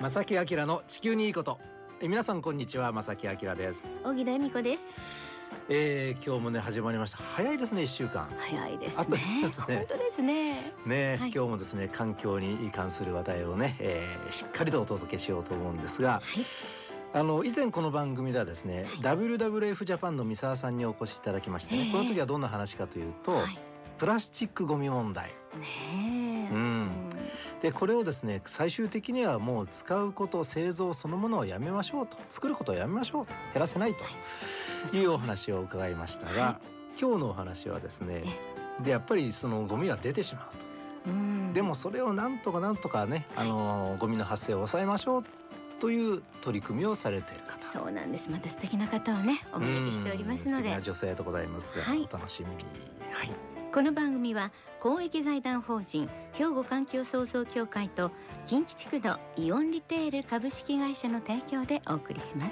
正木明の地球にいいこと。皆さんこんにちは、正木明です。 小木田恵美子です。 今日もね始まりました。早いですね、1週間。 早いですね。 あっという間ですね。 本当ですね。 ね、 はい、 今日もですね環境に関する話題をね、しっかりとお届けしようと思うんですが、 はい、 以前この番組ではですね、 はい、 WWF ジャパンの三沢さんにお越しいただきましてね、この時はどんな話かというと、 はい、 プラスチックゴミ問題。 ねえ、 でこれをですね最終的にはもう使うこと製造そのものをやめましょうと、作ることをやめましょうと、減らせないというお話を伺いましたが、今日のお話はですね、でやっぱりそのゴミは出てしまうと、でもそれをなんとかね、ゴミの発生を抑えましょうという取り組みをされている方。 そうなんです。また素敵な方をねお招きしておりますので、 素敵な女性でございますが、お楽しみに。はい、 この番組は公益財団法人兵庫環境創造協会と近畿地区のイオンリテール株式会社の提供でお送りします。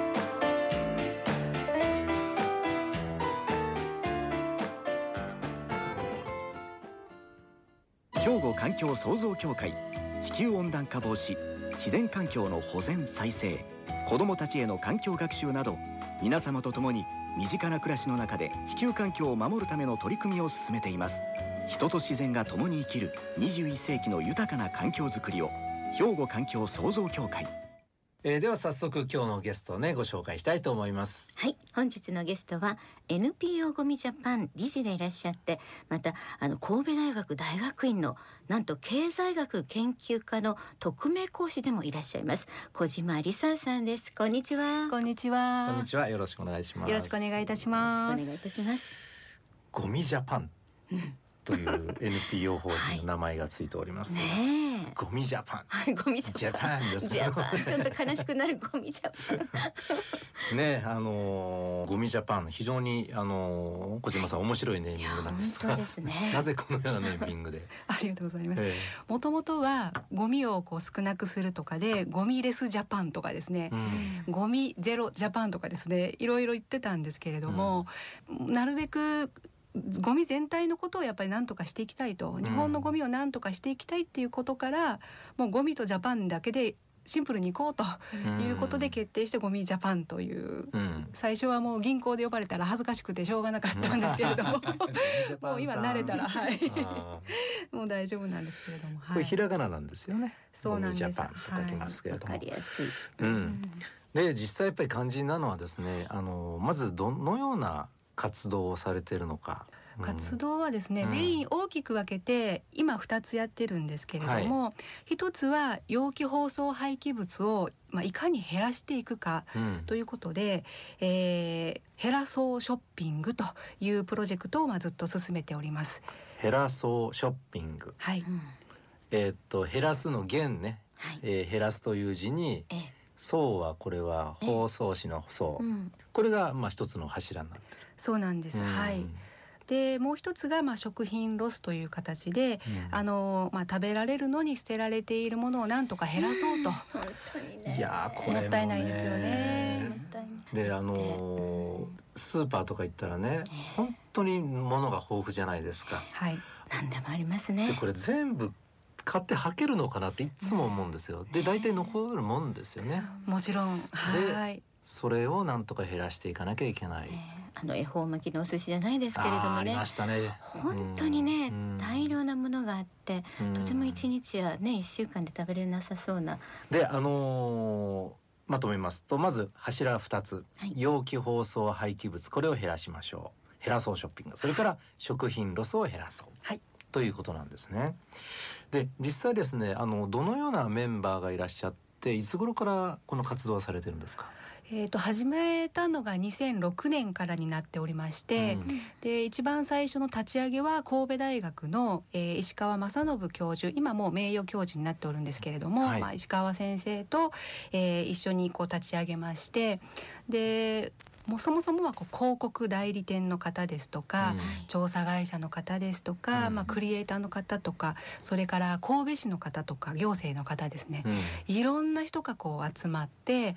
兵庫環境創造協会、地球温暖化防止、自然環境の保全再生、子どもたちへの環境学習など、皆様と共に身近な暮らしの中で地球環境を守るための取り組みを進めています。人と自然が共に生きる21世紀の豊かな環境づくりを、兵庫環境創造協会。 では早速今日のゲストをねご紹介したいと思います。 はい、本日のゲストは NPO ゴミジャパン理事でいらっしゃって、また神戸大学大学院のなんと経済学研究科の特命講師でもいらっしゃいます小島理沙さんです。こんにちは。 こんにちは。 こんにちは。よろしくお願いします。 よろしくお願いいたします。 よろしくお願いいたします。 ゴミジャパンという NPO 法人の名前がついております。 ねえ。 ゴミジャパン。 はい、ゴミジャパン。 です。 ジャパン。ちょっと悲しくなるゴミジャパン。 ね、ゴミジャパン非常に小島さん面白いネーミングなんですが、 本当ですね。 なぜこのようなネーミングで？ ありがとうございます。もともとはゴミを少なくするとかでゴミレスジャパンとかですね、ゴミゼロジャパンとかですね、いろいろ言ってたんですけれども、なるべくゴミ全体のことをやっぱり何とかしていきたいと、日本のゴミを何とかしていきたいっていうことから、もうゴミとジャパンだけでシンプルに行こうということで決定してゴミジャパンという、最初はもう銀行で呼ばれたら恥ずかしくてしょうがなかったんですけれどももう今慣れたら、もう大丈夫なんですけれども、 これひらがななんですよね。 そうなんです。 ゴミジャパンと書きますけれども、 わかりやすい。 で実際やっぱり肝心なのはですね、まずどのような活動をされているのか。 活動はですね、メイン大きく分けて今2つやってるんですけれども、1つは容器包装廃棄物を、いかに減らしていくかということで、減らそうショッピングというプロジェクトをずっと進めております。 減らそうショッピング。 はい。 減らすの減ね、減らすという字に、そうはこれは包装紙のそう、これが一つの柱になってる。 そうなんです。はい。でもう一つが食品ロスという形で、食べられるのに捨てられているものをなんとか減らそうと。 本当にね。 いやこれもね、 もったいないですよね。 でスーパーとか行ったらね、本当に物が豊富じゃないですか。 はい。 何でもありますね。 でこれ全部買って履けるのかなっていつも思うんですよ。で大体残るもんですよね。 もちろん。はい。 それをなんとか減らしていかなきゃいけない。 恵方巻きのお寿司じゃないですけれどもね。 ありましたね。 本当にね、大量なものがあって、とても1日やね1週間で食べれなさそうな。 でまとめますと、まず柱2つ、容器包装廃棄物、これを減らしましょう。減らそうショッピング。それから食品ロスを減らそう。ということなんですね。で実際ですね、どのようなメンバーがいらっしゃって、いつ頃からこの活動をされてるんですか？ 始めたのが2006年からになっておりまして、で一番最初の立ち上げは神戸大学の、石川正信教授、今もう名誉教授になっておるんですけれども、石川先生と、一緒に立ち上げまして、でもうそもそもは広告代理店の方ですとか、調査会社の方ですとか、クリエイターの方とか、それから神戸市の方とか行政の方ですね、いろんな人が集まって、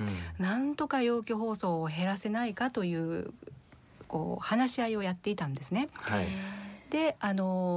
なんとか容器包装を減らせないかという話し合いをやっていたんですね。で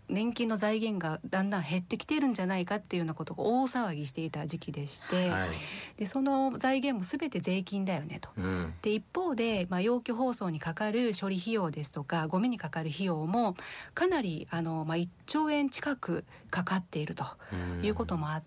年金の財源がだんだん減ってきているんじゃないかっていうようなことが大騒ぎしていた時期でして、 はい、 でその財源も全て税金だよねと。で一方で、容器包装にかかる処理費用ですとかゴミにかかる費用もかなり1兆円近くかかっているということもあって、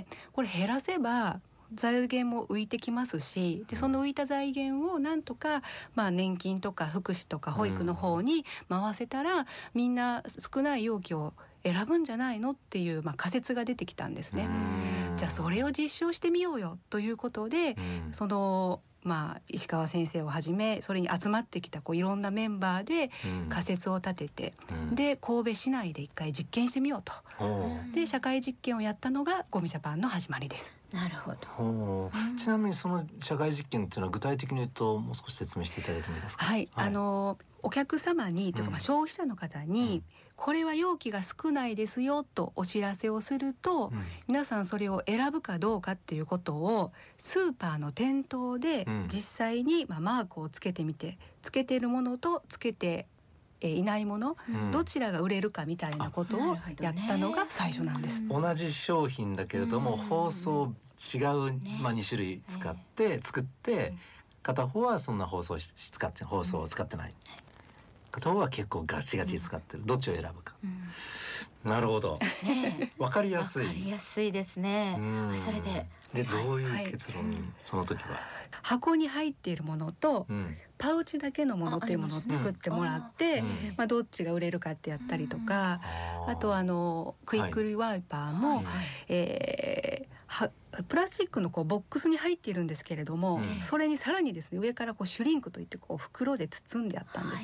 これ減らせば財源も浮いてきますし、でその浮いた財源をなんとか、年金とか福祉とか保育の方に回せたら、みんな少ない容器を選ぶんじゃないのっていう、仮説が出てきたんですね。じゃあそれを実証してみようよということで、その石川先生をはじめそれに集まってきたいろんなメンバーで仮説を立てて、で神戸市内で一回実験してみようと、で社会実験をやったのがゴミジャパンの始まりです。 なるほど。 ちなみにその社会実験っていうのは具体的に言うともう少し説明していただいてもいいですか。 はい、お客様にというか、消費者の方に、これは容器が少ないですよとお知らせをすると、皆さんそれを選ぶかどうかっていうことをスーパーの店頭で実際にマークをつけてみて、つけているものとつけていないもの、どちらが売れるかみたいなことをやったのが最初なんです。 同じ商品だけれども、包装違う、2種類使って作って、片方はそんな包装を使ってない、片方は結構ガチガチ使ってる、どっちを選ぶか。なるほど、わかりやすい。 わかりやすいですね。それでどういう結論に、その時は箱に入っているものと、パウチだけのものというものを作ってもらって、どっちが売れるかってやったりとか、あとクイックルワイパーも、プラスチックのボックスに入っているんですけれども、それにさらにですね、上からシュリンクといって袋で包んであったんです。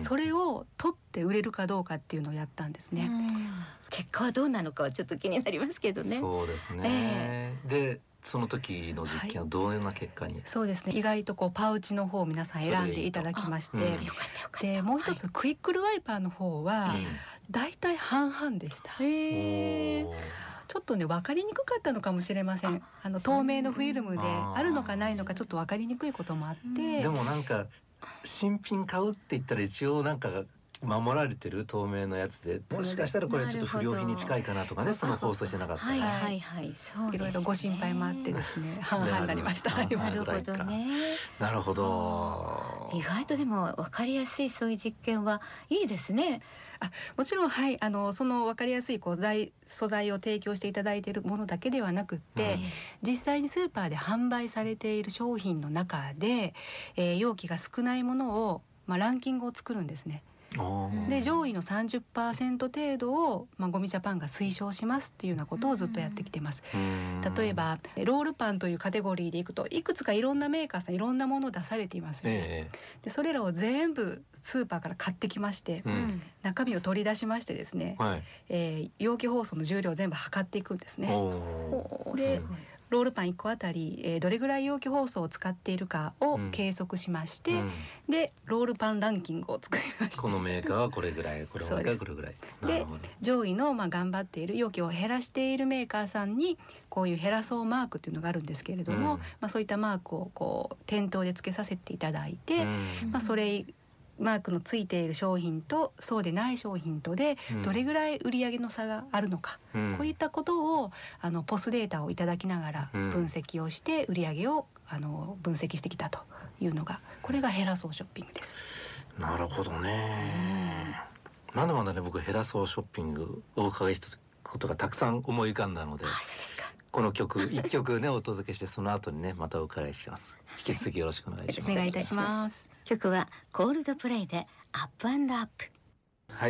それを取って売れるかどうかっていうのをやったんですね。 結果はどうなのかはちょっと気になりますけどね。 そうですね、でその時の実験はどういうような結果に。 そうですね、意外とパウチの方を皆さん選んでいただきまして、でもう一つ、クイックルワイパーの方はだいたい半々でした。ちょっとね分かりにくかったのかもしれません。透明のフィルムであるのかないのかちょっと分かりにくいこともあって、 でも新品買うって言ったら一応守られてる透明のやつで、もしかしたらこれちょっと不良品に近いかなとかね、その放送してなかったら、 いろいろご心配もあってですね、半々になりました。 なるほどね。 なるほど。 意外とでも分かりやすいそういう実験はいいですね。 もちろんその分かりやすい素材を提供していただいているものだけではなくって、実際にスーパーで販売されている商品の中で、容器が少ないものを、ランキングを作るんですね。で上位の 30% 程度を、ゴミジャパンが推奨しますっていうようなことをずっとやってきてます。例えばロールパンというカテゴリーでいくと、いくつかいろんなメーカーさんいろんなものを出されていますよね。でそれらを全部スーパーから買ってきまして、中身を取り出しましてですね、容器包装の重量を全部測っていくんですね。でロールパン1個あたり、どれぐらい容器包装を使っているかを計測しまして、でロールパンランキングを作りました。 このメーカーはこれぐらい、これはこれぐらい。 で上位の頑張っている容器を減らしているメーカーさんにこういう減らそうマークっていうのがあるんですけれども、そういったマークを店頭で付けさせていただいて、それマークのついている商品とそうでない商品とでどれぐらい売上の差があるのか、こういったことをポスデータをいただきながら分析をして売上を分析してきたというのが、これが減らそうショッピングです。 なるほどね。まだまだね、僕減らそうショッピングをお伺いしたことがたくさん思い浮かんだので、この曲1曲ねお届けして、その後にねまたお伺いします。引き続きよろしくお願いします。 お願いいたします。 曲はコールドプレイでアップアンドアップ。 はい、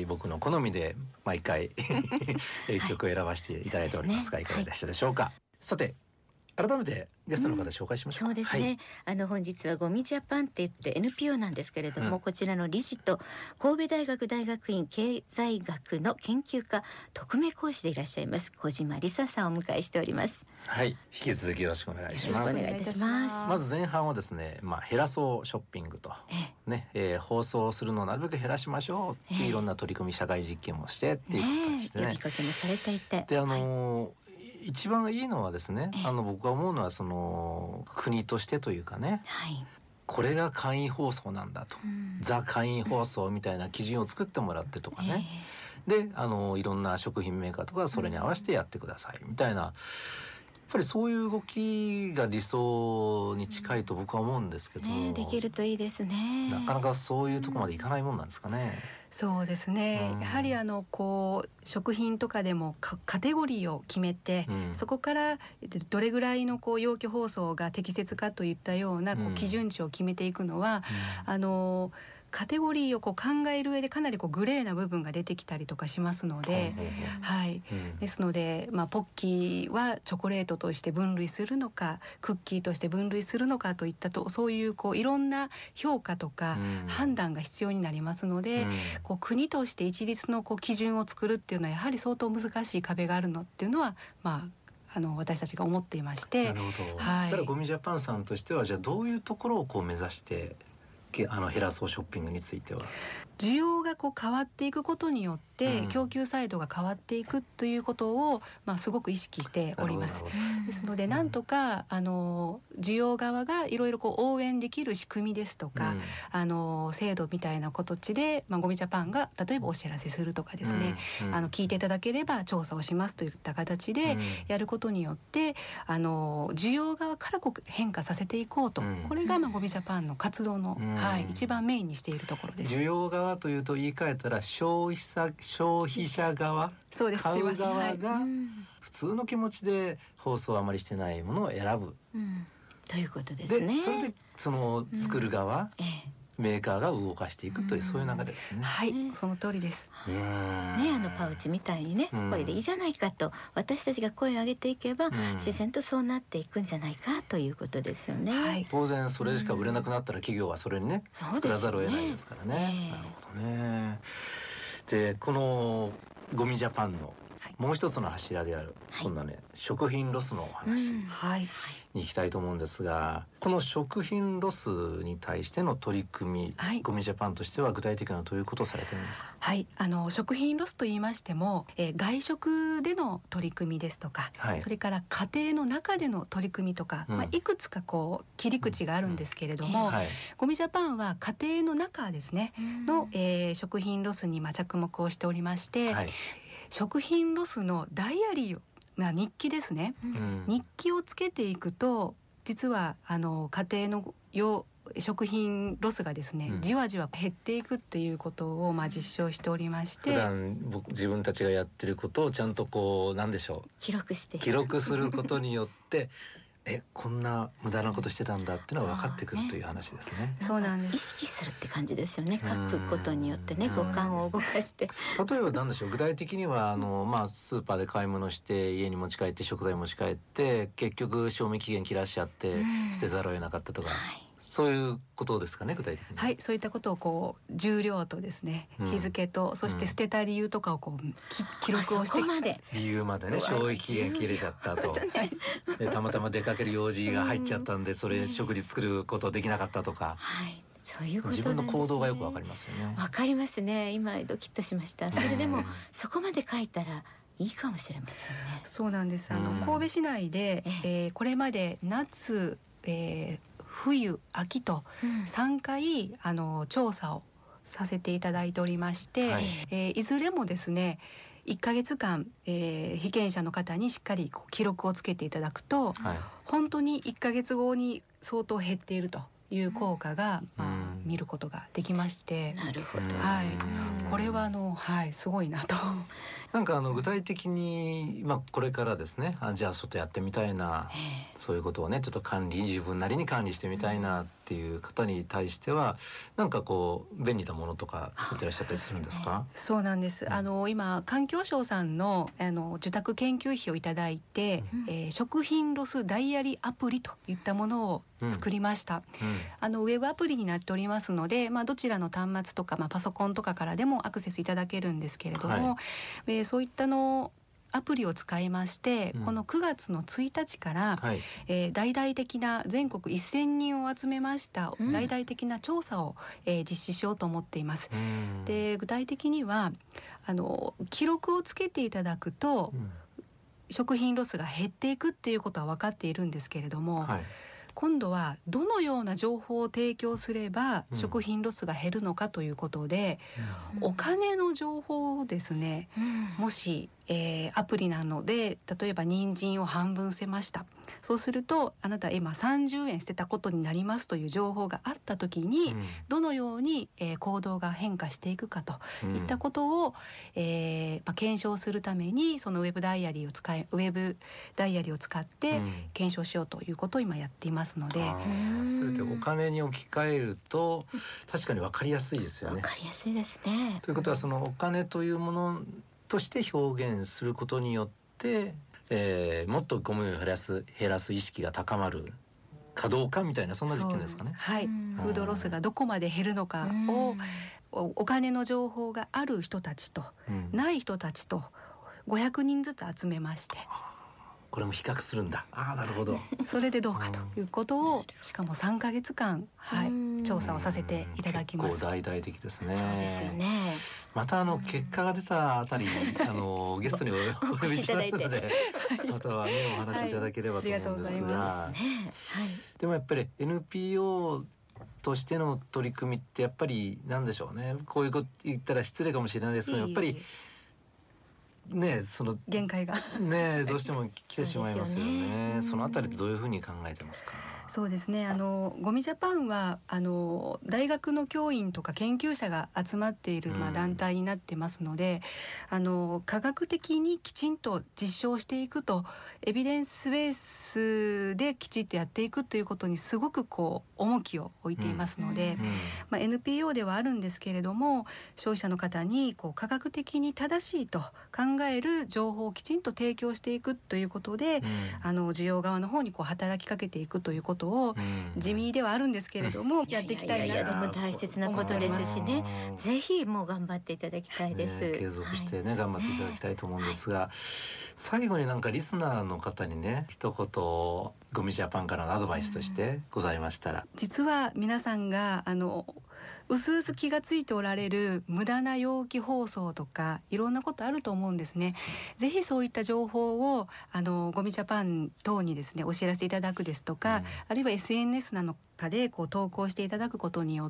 僕の好みで毎回曲を選ばせていただいておりますが、いかがでしたでしょうか。さて改めてゲストの方紹介しましょう。 そうですね、本日はゴミジャパンって言って NPO なんですけれども、こちらの理事と神戸大学大学院経済学の研究家特命講師でいらっしゃいます小島理沙さんをお迎えしております。 はい、引き続きよろしくお願いします。 お願いいたします。 まず前半はですね、減らそうショッピングとね、放送するのをなるべく減らしましょうっていういろんな取り組み、社会実験もしてっていう形でね、 呼びかけもされていて、 で一番いいのはですね、僕が思うのはその国としてというかね、 これが簡易包装なんだと、ザ簡易包装みたいな基準を作ってもらってとかね、でいろんな食品メーカーとかそれに合わせてやってくださいみたいな、やっぱりそういう動きが理想に近いと僕は思うんですけど、 できるといいですね。 なかなかそういうところまでいかないもんなんですかね。 そうですね、やはりこう食品とかでもカテゴリーを決めて、そこからどれぐらいのこう容器包装が適切かといったようなこう基準値を決めていくのは、カテゴリーをこう考える上でかなりこうグレーな部分が出てきたりとかしますので、ですので、ポッキーはチョコレートとして分類するのかクッキーとして分類するのかといったそういうこういろんな評価とか判断が必要になりますので、こう国として一律のこう基準を作るっていうのはやはり相当難しい壁があるのっていうのは私たちが思っていまして。 なるほど。ただゴミジャパンさんとしてはじゃあどういうところをこう目指して減らそうショッピングについては。 需要がこう変わっていくことによって供給サイドが変わっていくということを、すごく意識しております。ですのでなんとか需要側がいろいろこう応援できる仕組みですとか、制度みたいな形で、ゴミジャパンが例えばお知らせするとかですね、聞いていただければ調査をしますといった形でやることによって、需要側からこう変化させていこうと、これがゴミジャパンの活動の、一番メインにしているところです。 需要側というと言い換えたら消費者側、 そうです、 買う側が普通の気持ちで包装あまりしてないものを選ぶ、 ということですね。 でそれでその作る側、メーカーが動かしていくという、そういう流れですね。 はい、その通りです。 パウチみたいにね、これでいいじゃないかと私たちが声を上げていけば、自然とそうなっていくんじゃないかということですよね。 当然それしか売れなくなったら企業はそれにね、作らざるを得ないですからね。なるほどね。でこのゴミジャパンのもう一つの柱である、今度はね食品ロスのお話に行きたいと思うんですが、この食品ロスに対しての取り組み、ゴミジャパンとしては具体的などういうことをされてるんですか。 食品ロスと言いましても、外食での取り組みですとか、それから家庭の中での取り組みとか、いくつかこう切り口があるんですけれども、ゴミジャパンは家庭の中ですねの、食品ロスに着目をしておりまして、食品ロスのダイアリー日記ですね、日記をつけていくと実は家庭の食品ロスがですね、じわじわ減っていくっていうことを実証しておりまして、 普段自分たちがやってることをちゃんとこうなんでしょう、記録することによってこんな無駄なことしてたんだっていうのが分かってくるという話ですね。 そうなんです。意識するって感じですよね。書くことによってね、五感を動かして。 例えば何でしょう、具体的にはスーパーで買い物して家に持ち帰って食材持ち帰って結局賞味期限切らしちゃって捨てざるを得なかったとか、そういうことですかね、具体的に。 そういったことをこう重量とですね、日付とそして捨てた理由とかをこう記録をして、 理由までね、消費期限切れちゃったとでたまたま出かける用事が入っちゃったんで、それ食事作ることできなかったとか、 そういうこと自分の行動がよくわかりますよね。 わかりますね。今ドキッとしました。それでもそこまで書いたらいいかもしれませんね。 そうなんです。神戸市内で、これまで夏、冬秋と3回調査をさせていただいておりまして、いずれもですね1ヶ月間、被験者の方にしっかり記録をつけていただくと、本当に1ヶ月後に相当減っているという効果が、見ることができまして、 なるほど、 これはすごいなと。 なんか具体的に、これからですね、じゃあ外やってみたいな、そういうことをねちょっと自分なりに管理してみたいなっていう方に対しては、なんかこう便利なものとか作ってらっしゃったりするんですか。 そうなんです。今環境省さんの受託研究費をいただいて、食品ロスダイアリーアプリといったものを作りました。ウェブアプリになっておりますので、どちらの端末とか、パソコンとかからでもアクセスいただけるんですけれども、そういったアプリを使いまして、この9月の1日から、大々的な全国1000人を集めました大々的な調査を、実施しようと思っています。で具体的には記録をつけていただくと、食品ロスが減っていくっていうことは分かっているんですけれども、 今度はどのような情報を提供すればうん食品ロスが減るのかということで、 うんお金の情報をですね、もし、アプリなので例えば人参を半分捨てました、そうするとあなた今30円捨てたことになりますという情報があった時に、どのように、行動が変化していくかといったことを、検証するためにそのウェブダイアリーを使って検証しようということを今やっていますので、 それでお金に置き換えると確かに分かりやすいですよね。 わかりやすいですね。 ということはそのお金というものとして表現することによって、もっとゴミを減らす意識が高まるかどうかみたいな、そんな実験ですかね。 はい、 うんフードロスがどこまで減るのかを、お金の情報がある人たちとない人たちと500人ずつ集めまして、 これも比較するんだ。なるほど。 それでどうかということをしかも3ヶ月間、調査をさせていただきます。 結構大々的ですね。 そうですよね。 また結果が出たあたりゲストにお呼びしますのでまたはねお話しいただければと思うんですが、でもやっぱり NPO としての取り組みってやっぱりなんでしょうね、こういうこと言ったら失礼かもしれないですけど、やっぱりねその限界がねどうしても来てしまいますよね。そのあたりでどういうふうに考えてますか？ そうですね、ゴミジャパンは大学の教員とか研究者が集まっている、団体になってますので、科学的にきちんと実証していくと、エビデンスベースできちっとやっていくということにすごく重きを置いていますので、NPO ではあるんですけれども、消費者の方に科学的に正しいと考える情報をきちんと提供していくということで、需要側の方に働きかけていくということを、地味ではあるんですけれども、やっていきたいなと。 でも大切なことですしね、ぜひもう頑張っていただきたいです。 継続してね、頑張っていただきたいと思うんですが、最後にリスナーの方にね一言ゴミジャパンからのアドバイスとしてございましたら。 実は皆さんがうすうす気がついておられる無駄な容器包装とかいろんなことあると思うんですね。ぜひそういった情報をゴミジャパン等にですねお知らせいただくですとか、あるいは SNS なのかで投稿していただくことによって、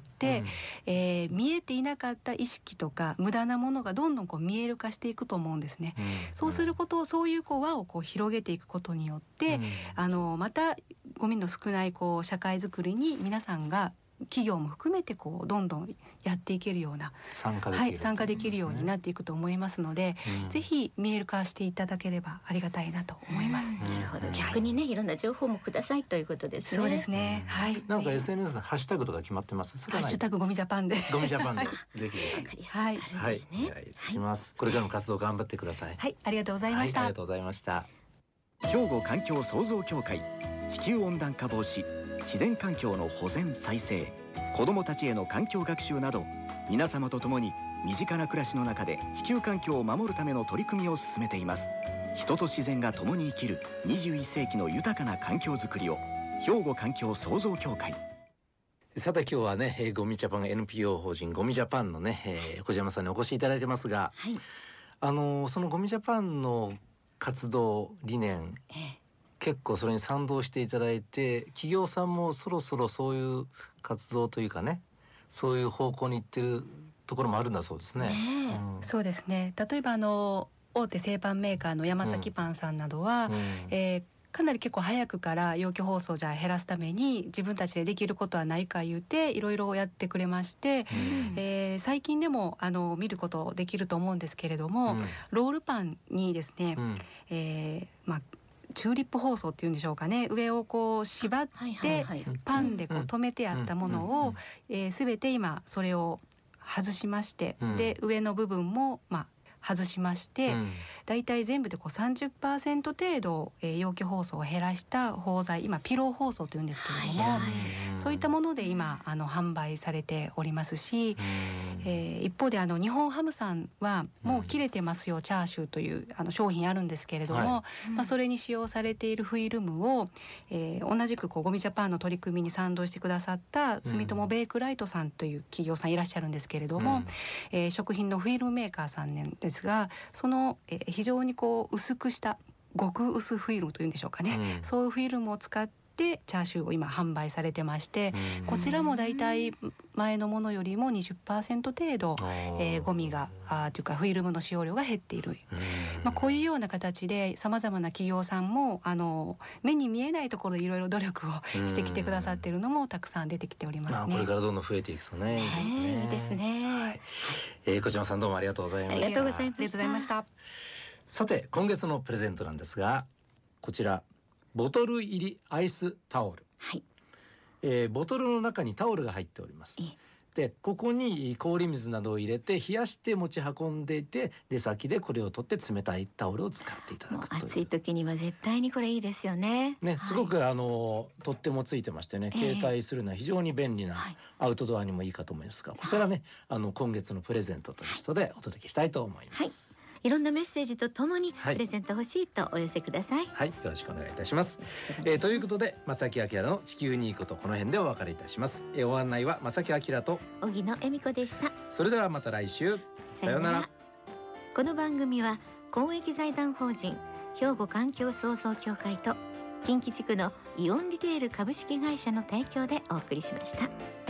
見えていなかった意識とか無駄なものがどんどん見える化していくと思うんですね。そうすることを、そういう輪を広げていくことによって、またゴミの少ない社会づくりに皆さんが企業も含めてどんどんやっていけるような参加できるようになっていくと思いますので、ぜひ見える化していただければありがたいなと思います。 なるほど、逆にねいろんな情報もくださいということですね。 そうですね、はい。 SNS のハッシュタグとか決まってます？ ハッシュタグゴミジャパンでゴミジャパンでぜひはい、 お願いします。これからの活動頑張ってください。 はい、ありがとうございました。 ありがとうございました。 兵庫環境創造協会、地球温暖化防止、自然環境の保全再生、子どもたちへの環境学習など、皆様と共に身近な暮らしの中で地球環境を守るための取り組みを進めています。人と自然が共に生きる21世紀の豊かな環境づくりを、兵庫環境創造協会。 さて今日はね、ゴミジャパン NPO 法人ゴミジャパンのね、小島さんにお越しいただいてますが、そのゴミジャパンの活動理念、結構それに賛同していただいて、企業さんもそろそろそういう活動というかね、そういう方向に行ってるところもあるんだそうですね。 そうですね。例えば大手製パンメーカーの山崎パンさんなどは、かなり結構早くから容器包装じゃ減らすために自分たちでできることはないか言うていろいろやってくれまして、最近でも見ることできると思うんですけれども、ロールパンにですね、チューリップ包装っていうんでしょうかね、上を縛ってパンで留めてあったものを全て今それを外しまして、で上の部分も外しまして、だいたい全部で30% 程度、容器包装を減らした包材、今ピロー包装というんですけれども、そういったもので今販売されておりますし、一方で日本ハムさんはもう切れてますよチャーシューという商品あるんですけれども、それに使用されているフィルムを、同じくゴミジャパンの取り組みに賛同してくださった住友ベイクライトさんという企業さんいらっしゃるんですけれども、食品のフィルムメーカーさんですが、その、非常に薄くした極薄フィルムというんでしょうかね、そういうフィルムを使ってでチャーシューを今販売されてまして、こちらもだいたい前のものよりも 20% 程度、ゴミがというかフィルムの使用量が減っている、こういうような形でさまざまな企業さんも目に見えないところでいろいろ努力をしてきてくださっているのもたくさん出てきておりますね。 これからどんどん増えていくとね、 いいですね。 小島さんどうもありがとうございました。 ありがとうございました。 さて今月のプレゼントなんですが、こちらボトル入りアイスタオル、ボトルの中にタオルが入っております。でここに氷水などを入れて冷やして持ち運んでいて、出先でこれを取って冷たいタオルを使っていただくという。 暑い時には絶対にこれいいですよね。 すごく取っ手もついてましてね、携帯するのは非常に便利な、アウトドアにもいいかと思いますが、こちらね今月のプレゼントとしてでお届けしたいと思います。 いろんなメッセージとともにプレゼント欲しいとお寄せください。 よろしくお願いいたします。ということで正木明の地球にいいこと、この辺でお別れいたします。ご案内は正木明と荻野恵美子でした。 それではまた来週、さようなら。 この番組は公益財団法人兵庫環境創造協会と近畿地区のイオンリテール株式会社の提供でお送りしました。